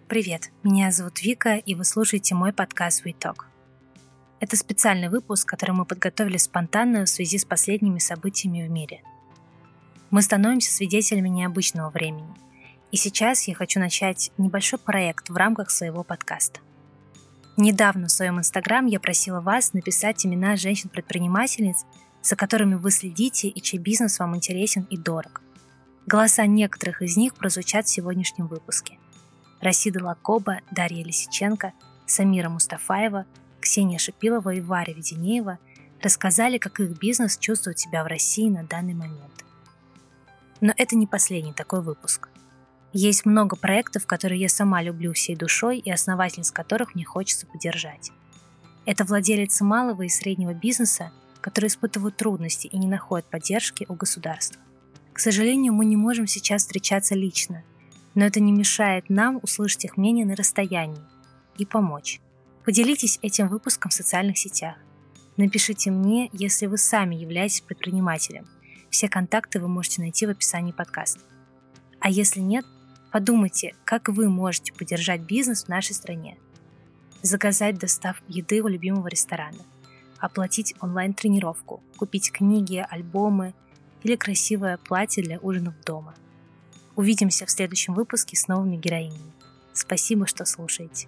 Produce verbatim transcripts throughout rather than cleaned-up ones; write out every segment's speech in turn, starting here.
Привет, меня зовут Вика, и вы слушаете мой подкаст We Talk. Это специальный выпуск, который мы подготовили спонтанно в связи с последними событиями в мире. Мы становимся свидетелями необычного времени, и сейчас я хочу начать небольшой проект в рамках своего подкаста. Недавно в своем инстаграм я просила вас написать имена женщин-предпринимательниц, за которыми вы следите и чей бизнес вам интересен и дорог. Голоса некоторых из них прозвучат в сегодняшнем выпуске. Расида Лакоба, Дарья Лисиченко, Самира Мустафаева, Ксения Шипилова и Варя Веденеева рассказали, как их бизнес чувствует себя в России на данный момент. Но это не последний такой выпуск. Есть много проектов, которые я сама люблю всей душой и основательниц которых мне хочется поддержать. Это владелицы малого и среднего бизнеса, которые испытывают трудности и не находят поддержки у государства. К сожалению, мы не можем сейчас встречаться лично, но это не мешает нам услышать их мнение на расстоянии и помочь. Поделитесь этим выпуском в социальных сетях. Напишите мне, если вы сами являетесь предпринимателем. Все контакты вы можете найти в описании подкаста. А если нет, подумайте, как вы можете поддержать бизнес в нашей стране. Заказать доставку еды у любимого ресторана, оплатить онлайн-тренировку, купить книги, альбомы или красивое платье для ужинов дома. Увидимся в следующем выпуске с новыми героинями. Спасибо, что слушаете.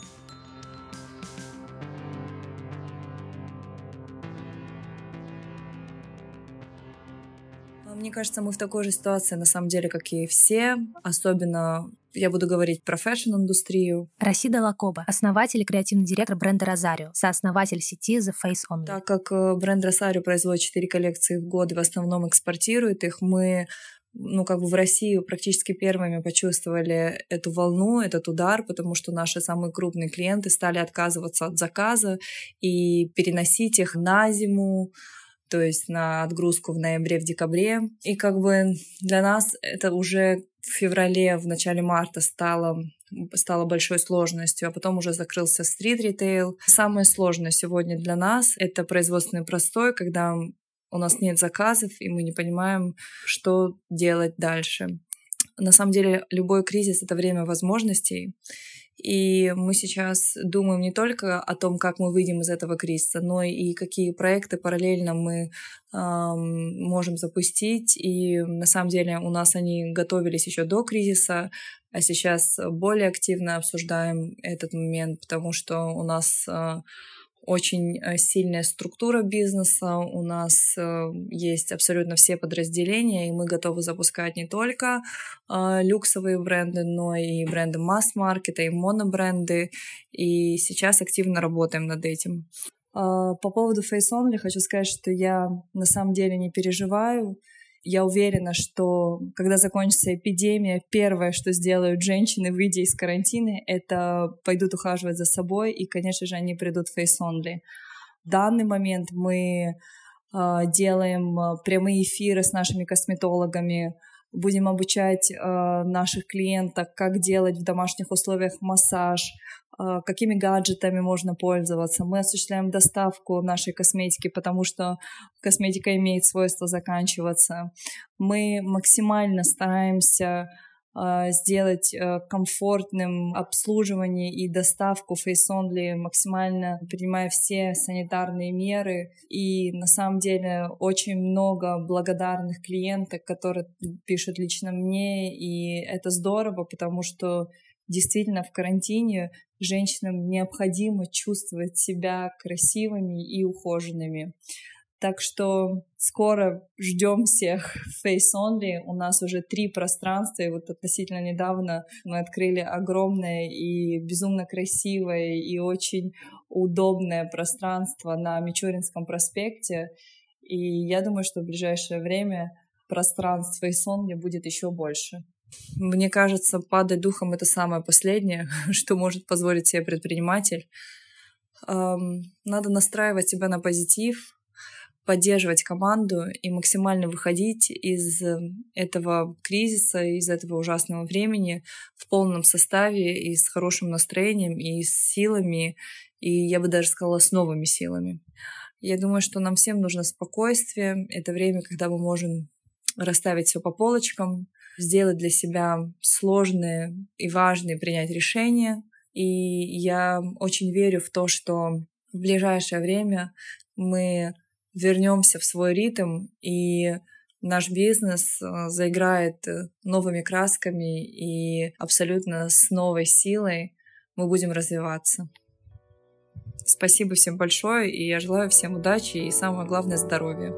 Мне кажется, мы в такой же ситуации, на самом деле, как и все. Особенно я буду говорить про фэшн-индустрию. Расида Лакоба, основатель и креативный директор бренда Rosario, сооснователь сети The Face Only. Так как бренд Rosario производит четыре коллекции в год и в основном экспортирует их, мы ну, как бы в России практически первыми почувствовали эту волну, этот удар, потому что наши самые крупные клиенты стали отказываться от заказа и переносить их на зиму, то есть на отгрузку в ноябре, в декабре. И как бы для нас это уже в феврале, в начале марта стало, стало большой сложностью, а потом уже закрылся стрит-ритейл. Самое сложное сегодня для нас — это производственный простой, когда у нас нет заказов, и мы не понимаем, что делать дальше. На самом деле, любой кризис — это время возможностей. И мы сейчас думаем не только о том, как мы выйдем из этого кризиса, но и какие проекты параллельно мы эм, можем запустить. И на самом деле у нас они готовились еще до кризиса, а сейчас более активно обсуждаем этот момент, потому что у нас э, очень сильная структура бизнеса, у нас э, есть абсолютно все подразделения, и мы готовы запускать не только э, люксовые бренды, но и бренды масс-маркета, и монобренды, и сейчас активно работаем над этим. Э, по поводу Face Only хочу сказать, что я на самом деле не переживаю. Я уверена, что когда закончится эпидемия, первое, что сделают женщины, выйдя из карантина, это пойдут ухаживать за собой, и, конечно же, они придут в Face Only. В данный момент мы э, делаем прямые эфиры с нашими косметологами, будем обучать э, наших клиентов, как делать в домашних условиях массаж, э, какими гаджетами можно пользоваться. Мы осуществляем доставку нашей косметики, потому что косметика имеет свойство заканчиваться. Мы максимально стараемся э, сделать э, комфортным обслуживание и доставку Face Only, максимально принимая все санитарные меры. И на самом деле очень много благодарных клиенток, которые пишут лично мне, и это здорово, потому что действительно в карантине женщинам необходимо чувствовать себя красивыми и ухоженными. Так что скоро ждем всех в Face Only. У нас уже три пространства, и вот относительно недавно мы открыли огромное и безумно красивое и очень удобное пространство на Мичуринском проспекте. И я думаю, что в ближайшее время пространств Face Only будет еще больше. Мне кажется, падать духом — это самое последнее, что может позволить себе предприниматель. Надо настраивать себя на позитив, поддерживать команду и максимально выходить из этого кризиса, из этого ужасного времени в полном составе и с хорошим настроением, и с силами, и я бы даже сказала, с новыми силами. Я думаю, что нам всем нужно спокойствие. Это время, когда мы можем расставить все по полочкам, сделать для себя сложные и важные принять решения. И я очень верю в то, что в ближайшее время мы вернемся в свой ритм, и наш бизнес заиграет новыми красками, и абсолютно с новой силой мы будем развиваться. Спасибо всем большое, и я желаю всем удачи и, самое главное, здоровья.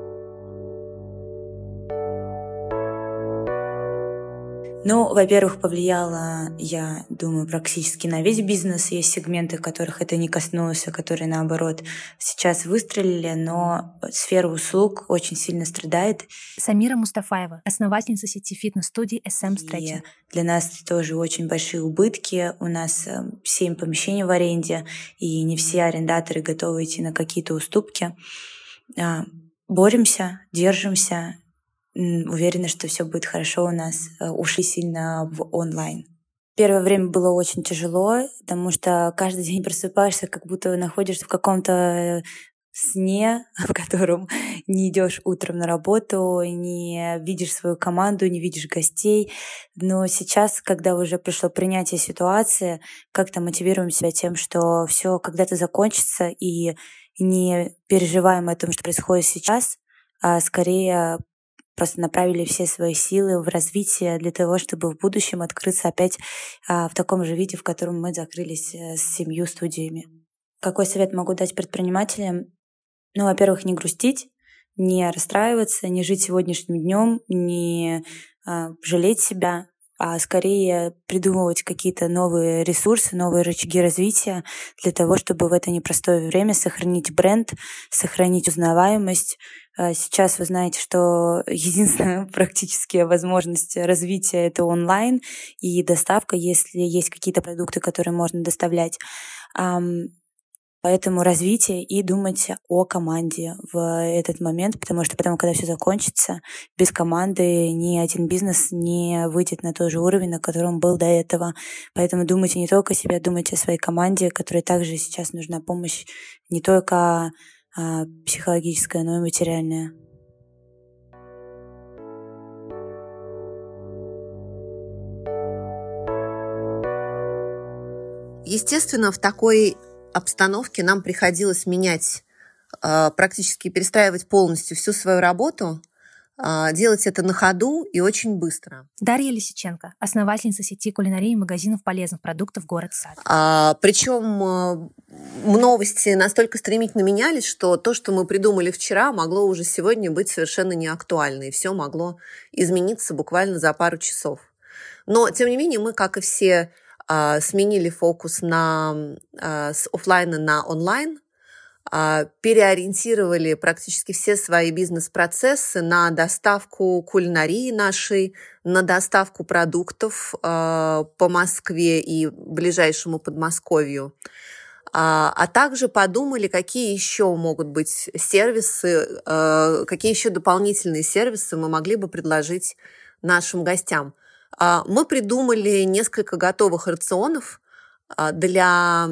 Ну, во-первых, повлияла, я думаю, практически на весь бизнес. Есть сегменты, которых это не коснулось, а которые, наоборот, сейчас выстрелили, но сфера услуг очень сильно страдает. Самира Мустафаева, основательница сети фитнес-студий эс эм Stretching. Для нас тоже очень большие убытки. У нас семь помещений в аренде, и не все арендаторы готовы идти на какие-то уступки. Боремся, держимся. Уверена, что все будет хорошо у нас. Ушли сильно в онлайн. Первое время было очень тяжело, потому что каждый день просыпаешься, как будто находишься в каком-то сне, в котором не идешь утром на работу, не видишь свою команду, не видишь гостей. Но сейчас, когда уже пришло принятие ситуации, как-то мотивируем себя тем, что все когда-то закончится, и не переживаем о том, что происходит сейчас, а скорее просто направили все свои силы в развитие для того, чтобы в будущем открыться опять а, в таком же виде, в котором мы закрылись с семью студиями. Какой совет могу дать предпринимателям? Ну, во-первых, не грустить, не расстраиваться, не жить сегодняшним днем, не а, жалеть себя, а скорее придумывать какие-то новые ресурсы, новые рычаги развития для того, чтобы в это непростое время сохранить бренд, сохранить узнаваемость. Сейчас вы знаете, что единственная практически возможность развития — это онлайн и доставка, если есть какие-то продукты, которые можно доставлять. Поэтому развитие и думать о команде в этот момент, потому что потом, когда все закончится, без команды ни один бизнес не выйдет на тот же уровень, на котором был до этого. Поэтому думайте не только о себе, думайте о своей команде, которой также сейчас нужна помощь не только а, психологическая, но и материальная. Естественно, в такой обстановке нам приходилось менять, практически перестраивать полностью всю свою работу, делать это на ходу и очень быстро. Дарья Лисиченко, основательница сети кулинарии и магазинов полезных продуктов «Город Сад». А, причем новости настолько стремительно менялись, что то, что мы придумали вчера, могло уже сегодня быть совершенно неактуально, и все могло измениться буквально за пару часов. Но, тем не менее, мы, как и все, сменили фокус на, с офлайна на онлайн, переориентировали практически все свои бизнес-процессы на доставку кулинарии нашей, на доставку продуктов по Москве и ближайшему Подмосковью. А также подумали, какие еще могут быть сервисы, какие еще дополнительные сервисы мы могли бы предложить нашим гостям. Мы придумали несколько готовых рационов для,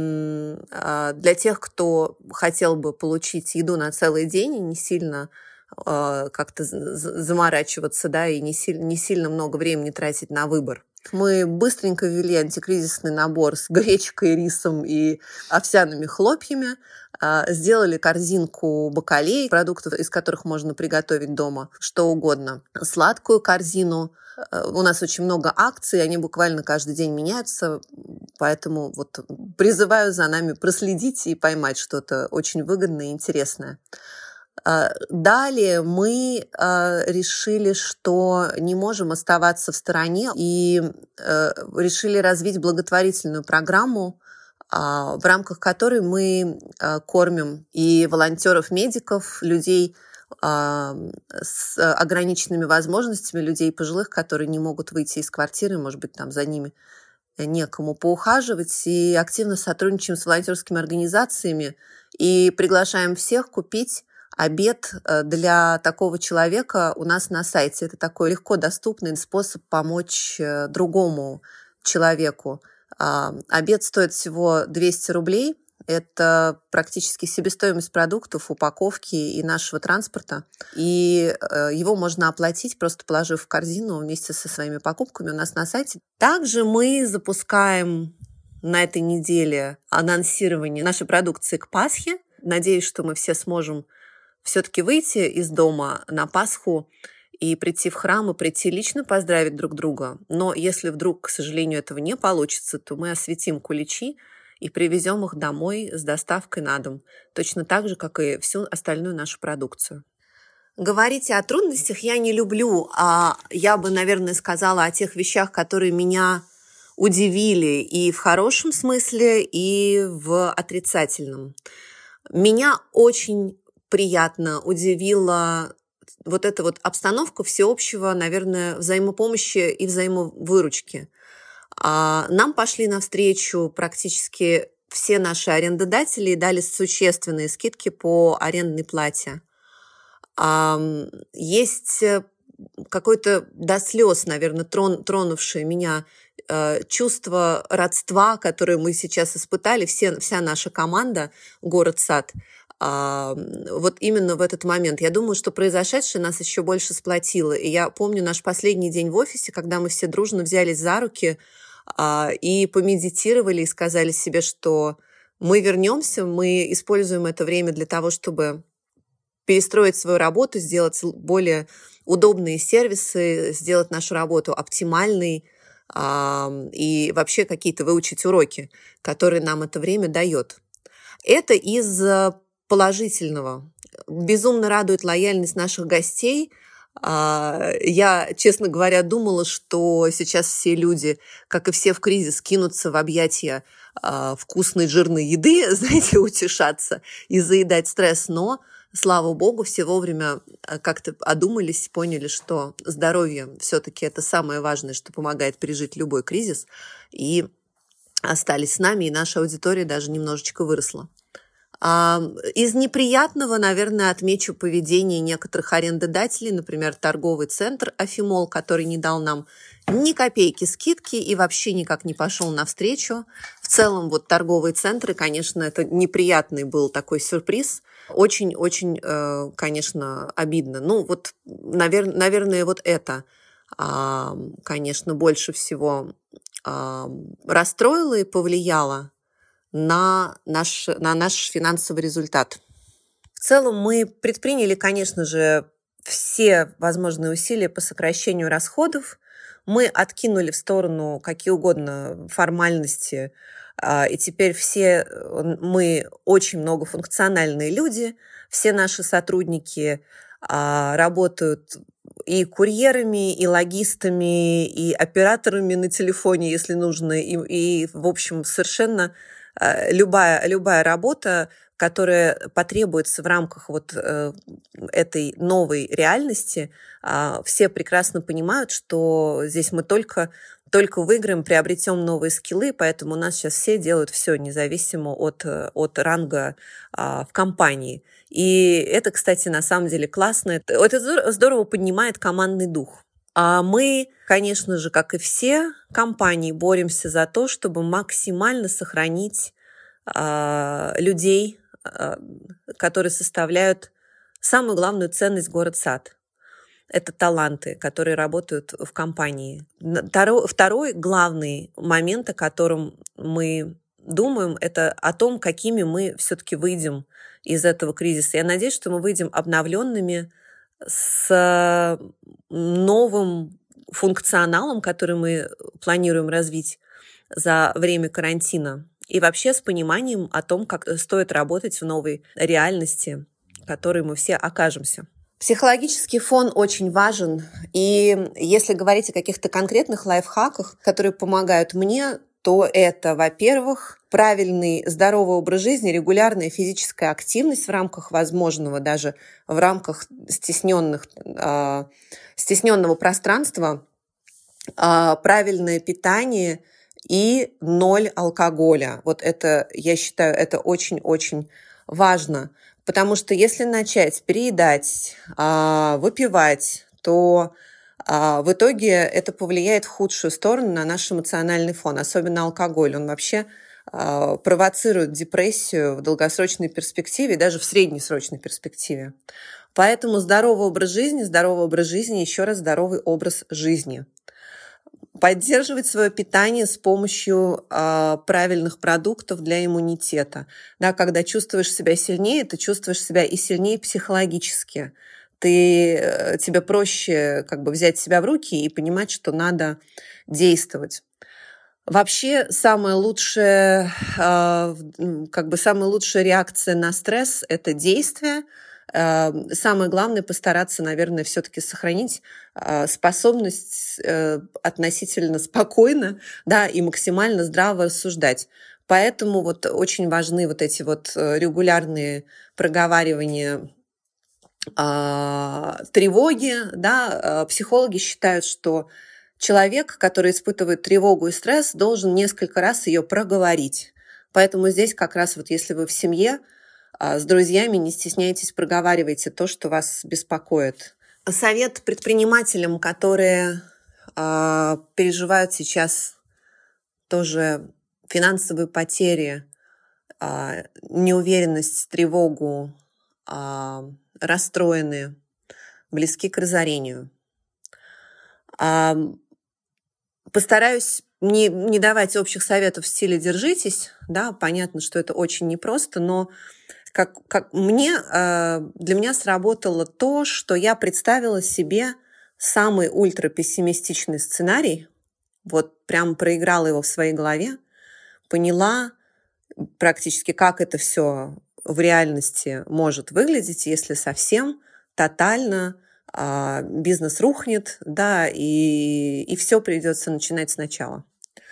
для тех, кто хотел бы получить еду на целый день и не сильно как-то заморачиваться, да, и не сильно, не сильно много времени тратить на выбор. Мы быстренько ввели антикризисный набор с гречкой, рисом и овсяными хлопьями, сделали корзинку бакалей, продуктов, из которых можно приготовить дома что угодно, сладкую корзину. У нас очень много акций, они буквально каждый день меняются, поэтому вот призываю за нами проследить и поймать что-то очень выгодное и интересное. Далее мы решили, что не можем оставаться в стороне, и решили развить благотворительную программу, в рамках которой мы кормим и волонтеров-медиков, людей с ограниченными возможностями, людей пожилых, которые не могут выйти из квартиры, может быть, там за ними некому поухаживать, и активно сотрудничаем с волонтерскими организациями и приглашаем всех купить обед для такого человека у нас на сайте. Это такой легко доступный способ помочь другому человеку. Обед стоит всего двести рублей, Это практически себестоимость продуктов, упаковки и нашего транспорта. И его можно оплатить, просто положив в корзину вместе со своими покупками у нас на сайте. Также мы запускаем на этой неделе анонсирование нашей продукции к Пасхе. Надеюсь, что мы все сможем все-таки выйти из дома на Пасху и прийти в храм, и прийти лично поздравить друг друга. Но если вдруг, к сожалению, этого не получится, то мы осветим куличи и привезем их домой с доставкой на дом. Точно так же, как и всю остальную нашу продукцию. Говорить о трудностях я не люблю, а я бы, наверное, сказала о тех вещах, которые меня удивили и в хорошем смысле, и в отрицательном. Меня очень приятно удивила вот эта вот обстановка всеобщего, наверное, взаимопомощи и взаимовыручки. Нам пошли навстречу практически все наши арендодатели и дали существенные скидки по арендной плате. Есть какое-то до слез, наверное, трон, тронувшее меня чувство родства, которое мы сейчас испытали, все, вся наша команда «Город-Сад», вот именно в этот момент. Я думаю, что произошедшее нас еще больше сплотило. И я помню наш последний день в офисе, когда мы все дружно взялись за руки и помедитировали, и сказали себе, что мы вернемся, мы используем это время для того, чтобы перестроить свою работу, сделать более удобные сервисы, сделать нашу работу оптимальной и вообще какие-то выучить уроки, которые нам это время дает. Это из положительного. Безумно радует лояльность наших гостей. Я, честно говоря, думала, что сейчас все люди, как и все в кризис, кинутся в объятия вкусной жирной еды, знаете, утешаться и заедать стресс, но, слава богу, все вовремя как-то одумались, поняли, что здоровье все-таки это самое важное, что помогает пережить любой кризис, и остались с нами, и наша аудитория даже немножечко выросла. Из неприятного, наверное, отмечу поведение некоторых арендодателей, например, торговый центр «Афимол», который не дал нам ни копейки скидки и вообще никак не пошел навстречу. В целом, вот торговые центры, конечно, это неприятный был такой сюрприз. Очень-очень, конечно, обидно. Ну, вот, навер- наверное, вот это, конечно, больше всего расстроило и повлияло на наш, на наш финансовый результат. В целом мы предприняли, конечно же, все возможные усилия по сокращению расходов. Мы откинули в сторону какие угодно формальности, и теперь все мы очень многофункциональные люди, все наши сотрудники работают и курьерами, и логистами, и операторами на телефоне, если нужно, и, и в общем, совершенно любая, любая работа, которая потребуется в рамках вот э, этой новой реальности, э, все прекрасно понимают, что здесь мы только, только выиграем, приобретем новые скиллы, поэтому у нас сейчас все делают все независимо от, от ранга э, в компании. И это, кстати, на самом деле классно. Это здорово поднимает командный дух. А мы, конечно же, как и все компании, боремся за то, чтобы максимально сохранить э, людей, э, которые составляют самую главную ценность «Город-Сад». Это таланты, которые работают в компании. Второй, второй главный момент, о котором мы думаем, это о том, какими мы все-таки выйдем из этого кризиса. Я надеюсь, что мы выйдем обновленными, с новым функционалом, который мы планируем развить за время карантина, и вообще с пониманием о том, как стоит работать в новой реальности, в которой мы все окажемся. Психологический фон очень важен, и если говорить о каких-то конкретных лайфхаках, которые помогают мне, то это, во-первых, правильный здоровый образ жизни, регулярная физическая активность в рамках возможного, даже в рамках стесненных, э, стесненного пространства, э, правильное питание и ноль алкоголя. Вот это, я считаю, это очень-очень важно, потому что если начать переедать, э, выпивать, то в итоге это повлияет в худшую сторону на наш эмоциональный фон, особенно алкоголь. Он вообще провоцируют депрессию в долгосрочной перспективе, даже в среднесрочной перспективе. Поэтому здоровый образ жизни, здоровый образ жизни, еще раз здоровый образ жизни. Поддерживать свое питание с помощью э, правильных продуктов для иммунитета. Да, когда чувствуешь себя сильнее, ты чувствуешь себя и сильнее психологически. Ты, э, тебе проще как бы взять себя в руки и понимать, что надо действовать. Вообще, самая лучшая, э, как бы самая лучшая реакция на стресс – это действие. Самое главное – постараться, наверное, все-таки сохранить способность относительно спокойно, да, и максимально здраво рассуждать. Поэтому вот очень важны вот эти вот регулярные проговаривания а, тревоги. Да. Психологи считают, что человек, который испытывает тревогу и стресс, должен несколько раз ее проговорить. Поэтому здесь как раз вот если вы в семье, с друзьями, не стесняйтесь, проговаривайте то, что вас беспокоит. Совет предпринимателям, которые э, переживают сейчас тоже финансовые потери, э, неуверенность, тревогу, э, расстроены, близки к разорению. Э, постараюсь не, не давать общих советов в стиле «держитесь». Да, понятно, что это очень непросто, но Как, как мне, для меня сработало то, что я представила себе самый ультрапессимистичный сценарий, вот прям проиграла его в своей голове, поняла практически, как это все в реальности может выглядеть, если совсем тотально бизнес рухнет, да, и, и все придется начинать сначала.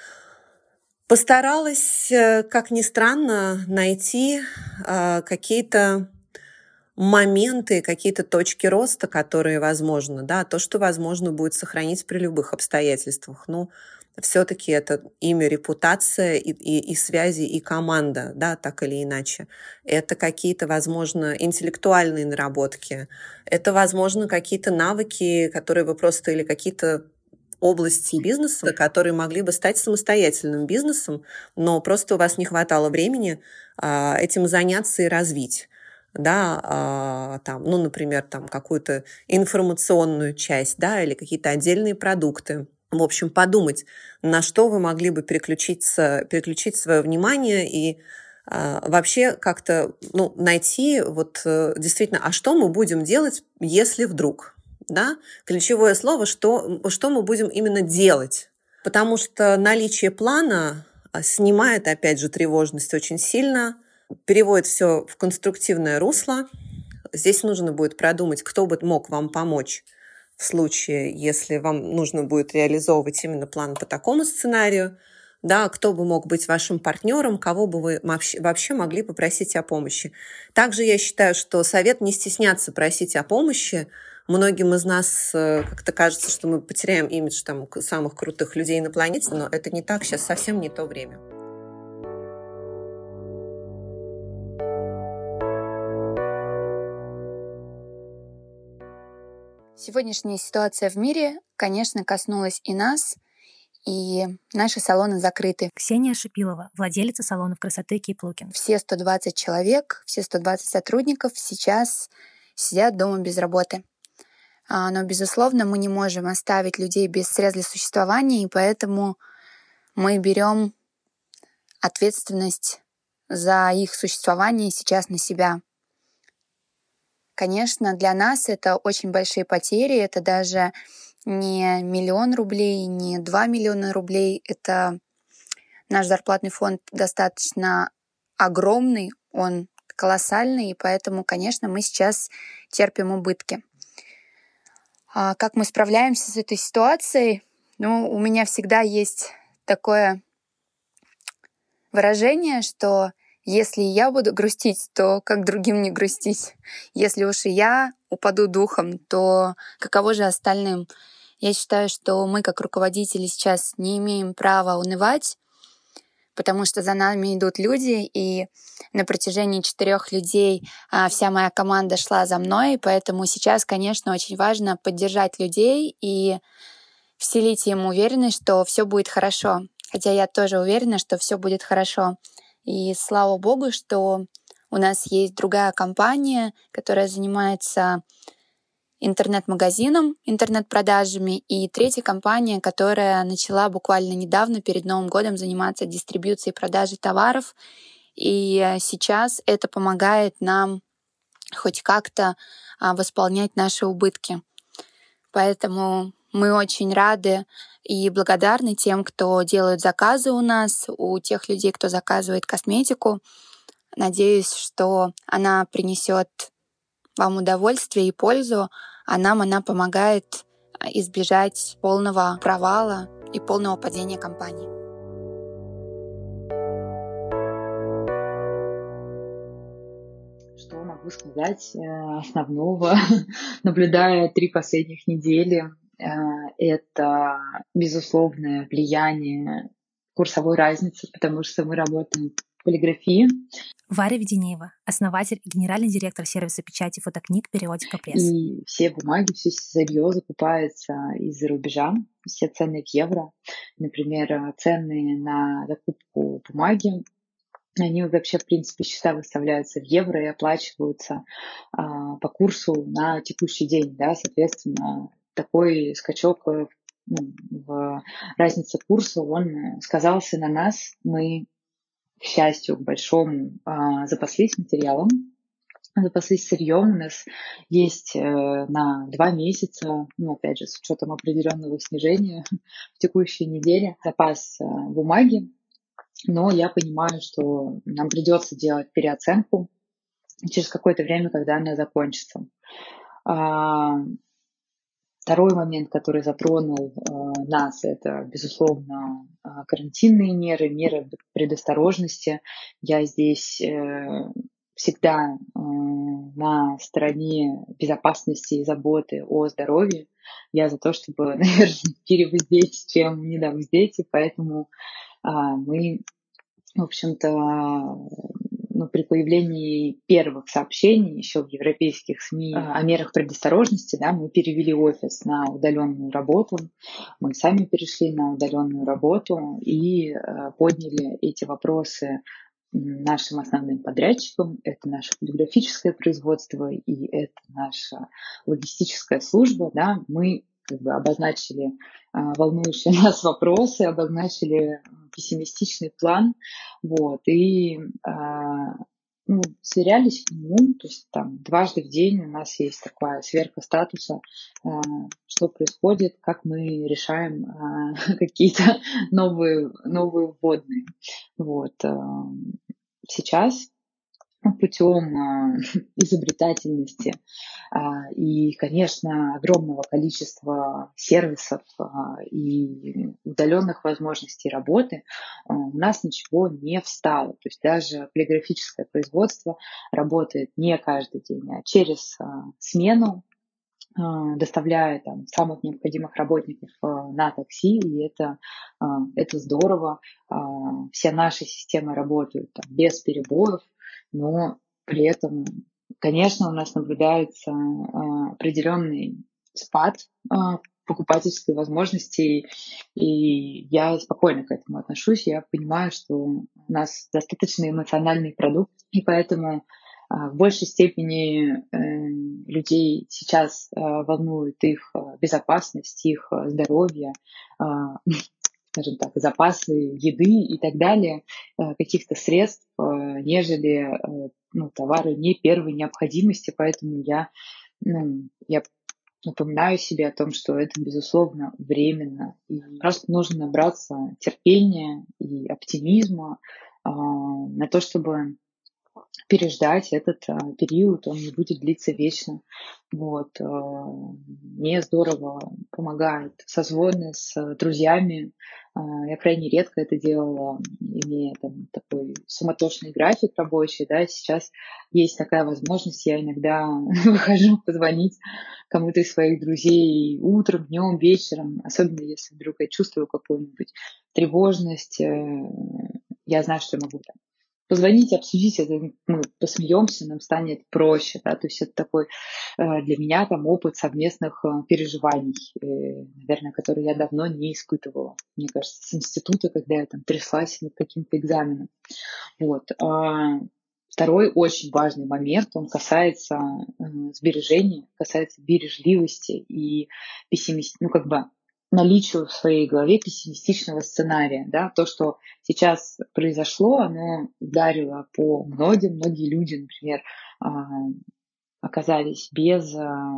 Постаралась, как ни странно, найти э, какие-то моменты, какие-то точки роста, которые возможно, да, то, что возможно будет сохранить при любых обстоятельствах. Ну, все-таки это имя, репутация и, и, и связи, и команда, да, так или иначе. Это какие-то, возможно, интеллектуальные наработки. Это, возможно, какие-то навыки, которые вы просто, или какие-то области бизнеса, которые могли бы стать самостоятельным бизнесом, но просто у вас не хватало времени а, этим заняться и развить. Да, а, там, ну, например, там, какую-то информационную часть, да, или какие-то отдельные продукты. В общем, подумать, на что вы могли бы переключиться, переключить свое внимание и а, вообще как-то ну, найти вот, действительно, а что мы будем делать, если вдруг... Да? Ключевое слово, что, что мы будем именно делать. Потому что наличие плана снимает, опять же, тревожность очень сильно, переводит все в конструктивное русло. Здесь нужно будет продумать, кто бы мог вам помочь в случае, если вам нужно будет реализовывать именно план по такому сценарию. Да, кто бы мог быть вашим партнером, кого бы вы вообще могли попросить о помощи. Также я считаю, что совет не стесняться просить о помощи. Многим из нас как-то кажется, что мы потеряем имидж там, самых крутых людей на планете, но это не так, сейчас совсем не то время. Сегодняшняя ситуация в мире, конечно, коснулась и нас, и наши салоны закрыты. Ксения Шипилова, владелица салонов красоты Keep Looking. Все сто двадцать человек, все сто двадцать сотрудников сейчас сидят дома без работы. Но, безусловно, мы не можем оставить людей без средств для существования, и поэтому мы берем ответственность за их существование сейчас на себя. Конечно, для нас это очень большие потери, это даже не миллион рублей, не два миллиона рублей, это наш зарплатный фонд достаточно огромный, он колоссальный, и поэтому, конечно, мы сейчас терпим убытки. А как мы справляемся с этой ситуацией? Ну, у меня всегда есть такое выражение, что если я буду грустить, то как другим не грустить? Если уж и я упаду духом, то каково же остальным? Я считаю, что мы, как руководители, сейчас не имеем права унывать, потому что за нами идут люди, и на протяжении четырех людей а, вся моя команда шла за мной, поэтому сейчас, конечно, очень важно поддержать людей и вселить им уверенность, что все будет хорошо. Хотя я тоже уверена, что все будет хорошо. И слава богу, что у нас есть другая компания, которая занимается интернет-магазином, интернет-продажами, и третья компания, которая начала буквально недавно, перед Новым годом, заниматься дистрибьюцией и продажей товаров. И сейчас это помогает нам хоть как-то а, восполнять наши убытки. Поэтому мы очень рады и благодарны тем, кто делает заказы у нас, у тех людей, кто заказывает косметику. Надеюсь, что она принесет вам удовольствие и пользу, а нам она помогает избежать полного провала и полного падения компании. Что могу сказать э, основного, наблюдая три последних недели, э, это безусловное влияние курсовой разницы, потому что мы работаем в полиграфии. Варя Веденеева, основатель и генеральный директор сервиса печати фотокниг «Периодика Пресс». И все бумаги, все сырье закупается из-за рубежа, все цены в евро. Например, цены на закупку бумаги, они вообще, в принципе, счета выставляются в евро и оплачиваются а, по курсу на текущий день, да, соответственно, такой скачок ну, в разнице курса, он сказался на нас. Мы, к счастью, к большому, а, запаслись материалом, запаслись сырьем. У нас есть э, на два месяца, ну, опять же, с учетом определенного снижения в текущей неделе, запас э, бумаги. Но я понимаю, что нам придется делать переоценку через какое-то время, когда она закончится. А, второй момент, который затронул а, нас, это, безусловно, карантинные меры, меры предосторожности. Я здесь э, всегда э, на стороне безопасности и заботы о здоровье. Я за то, чтобы, наверное, перевыздеть, чем не довздеть, и поэтому мы, в общем-то, ну, при появлении первых сообщений еще в европейских СМИ о мерах предосторожности, да, мы перевели офис на удаленную работу, мы сами перешли на удаленную работу и подняли эти вопросы нашим основным подрядчикам. Это наше полиграфическое производство и это наша логистическая служба. Да. Мы как бы обозначили а, волнующие нас вопросы, обозначили пессимистичный план, вот, и а, ну, сверялись по нему, то есть там дважды в день у нас есть такая сверка статуса, а, что происходит, как мы решаем а, какие-то новые, новые вводные. Вот. А, сейчас путем изобретательности и, конечно, огромного количества сервисов и удаленных возможностей работы у нас ничего не встало. То есть даже полиграфическое производство работает не каждый день, а через смену, доставляя там самых необходимых работников на такси, и это, это здорово. Все наши системы работают там без перебоев, но при этом, конечно, у нас наблюдается определенный спад покупательской возможности, и я спокойно к этому отношусь. Я понимаю, что у нас достаточно эмоциональный продукт, и поэтому в большей степени э, людей сейчас э, волнует их безопасность, их здоровье, э, скажем так, запасы еды и так далее, э, каких-то средств, э, нежели э, ну, товары не первой необходимости. Поэтому я, ну, я напоминаю себе о том, что это, безусловно, временно. И просто нужно набраться терпения и оптимизма э, на то, чтобы переждать этот а, период, он не будет длиться вечно. Вот. А, мне здорово помогают созвоны с друзьями. А, я крайне редко это делала, имея там, такой суматошный график рабочий. Да. Сейчас есть такая возможность, я иногда выхожу позвонить кому-то из своих друзей утром, днем, вечером, особенно если вдруг я чувствую какую-нибудь тревожность. Я знаю, что я могу там позвоните, обсудите, это, мы посмеемся, нам станет проще, да, то есть это такой для меня там опыт совместных переживаний, наверное, который я давно не испытывала, мне кажется, с института, когда я там тряслась над каким-то экзаменом. Вот. Второй очень важный момент, он касается сбережения, касается бережливости и пессимистичности, ну, как бы наличию в своей голове пессимистичного сценария. Да? То, что сейчас произошло, оно ударило по многим. Многие люди, например, оказались без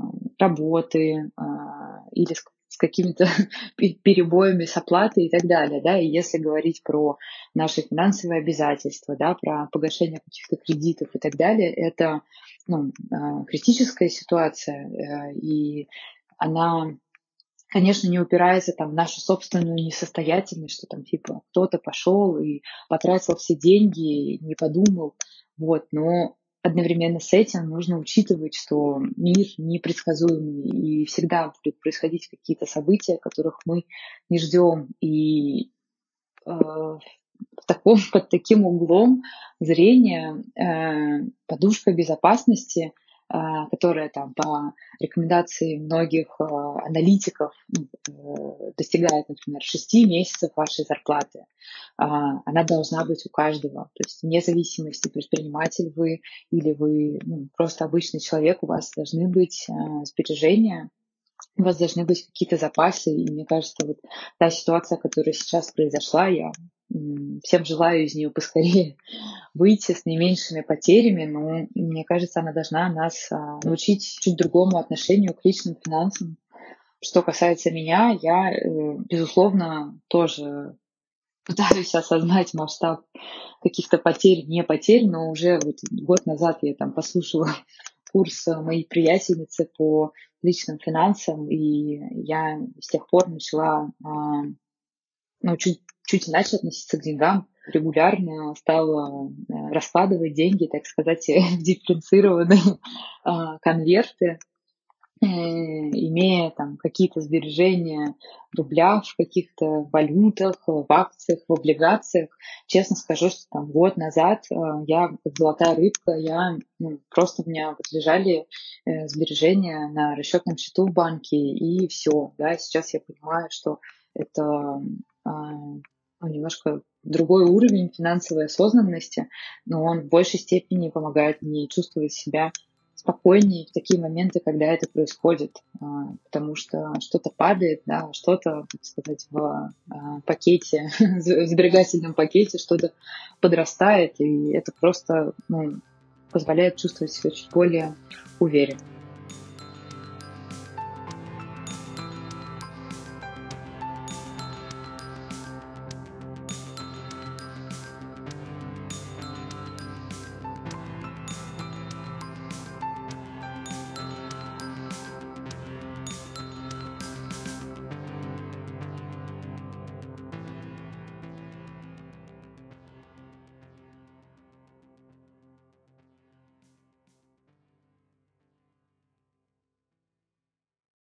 работы или с какими-то перебоями с оплатой и так далее. Да? И если говорить про наши финансовые обязательства, да, про погашение каких-то кредитов и так далее, это ну, критическая ситуация, и она, конечно, не упирается там в нашу собственную несостоятельность, что там типа кто-то пошел и потратил все деньги, не подумал, вот, но одновременно с этим нужно учитывать, что мир непредсказуемый, и всегда будут происходить какие-то события, которых мы не ждем, и э, в таком, под таким углом зрения э, подушка безопасности, которая там по рекомендации многих э, аналитиков э, достигает, например, шести месяцев вашей зарплаты. Э, она должна быть у каждого. То есть вне зависимости, предприниматель вы или вы ну, просто обычный человек, у вас должны быть э, сбережения, у вас должны быть какие-то запасы. И мне кажется, вот та ситуация, которая сейчас произошла, я всем желаю из нее поскорее выйти с наименьшими потерями, но мне кажется, она должна нас научить чуть другому отношению к личным финансам. Что касается меня, я, безусловно, тоже пытаюсь осознать масштаб каких-то потерь, не потерь, но уже вот год назад я там послушала курс моей приятельницы по личным финансам, и я с тех пор начала ну, чуть, чуть иначе относиться к деньгам, регулярно стала раскладывать деньги, так сказать, в дифференцированные конверты, имея там какие-то сбережения в рублях, в каких-то валютах, в акциях, в облигациях. Честно скажу, что там год назад я, как золотая рыбка, я ну, просто у меня вот лежали сбережения на расчетном счету в банке, и все. Да, сейчас я понимаю, что это ну, немножко другой уровень финансовой осознанности, но он в большей степени помогает мне чувствовать себя спокойнее в такие моменты, когда это происходит, потому что что-то падает, да, что-то, так сказать, в пакете, в сберегательном пакете, что-то подрастает, и это просто ну, позволяет чувствовать себя чуть более уверенно.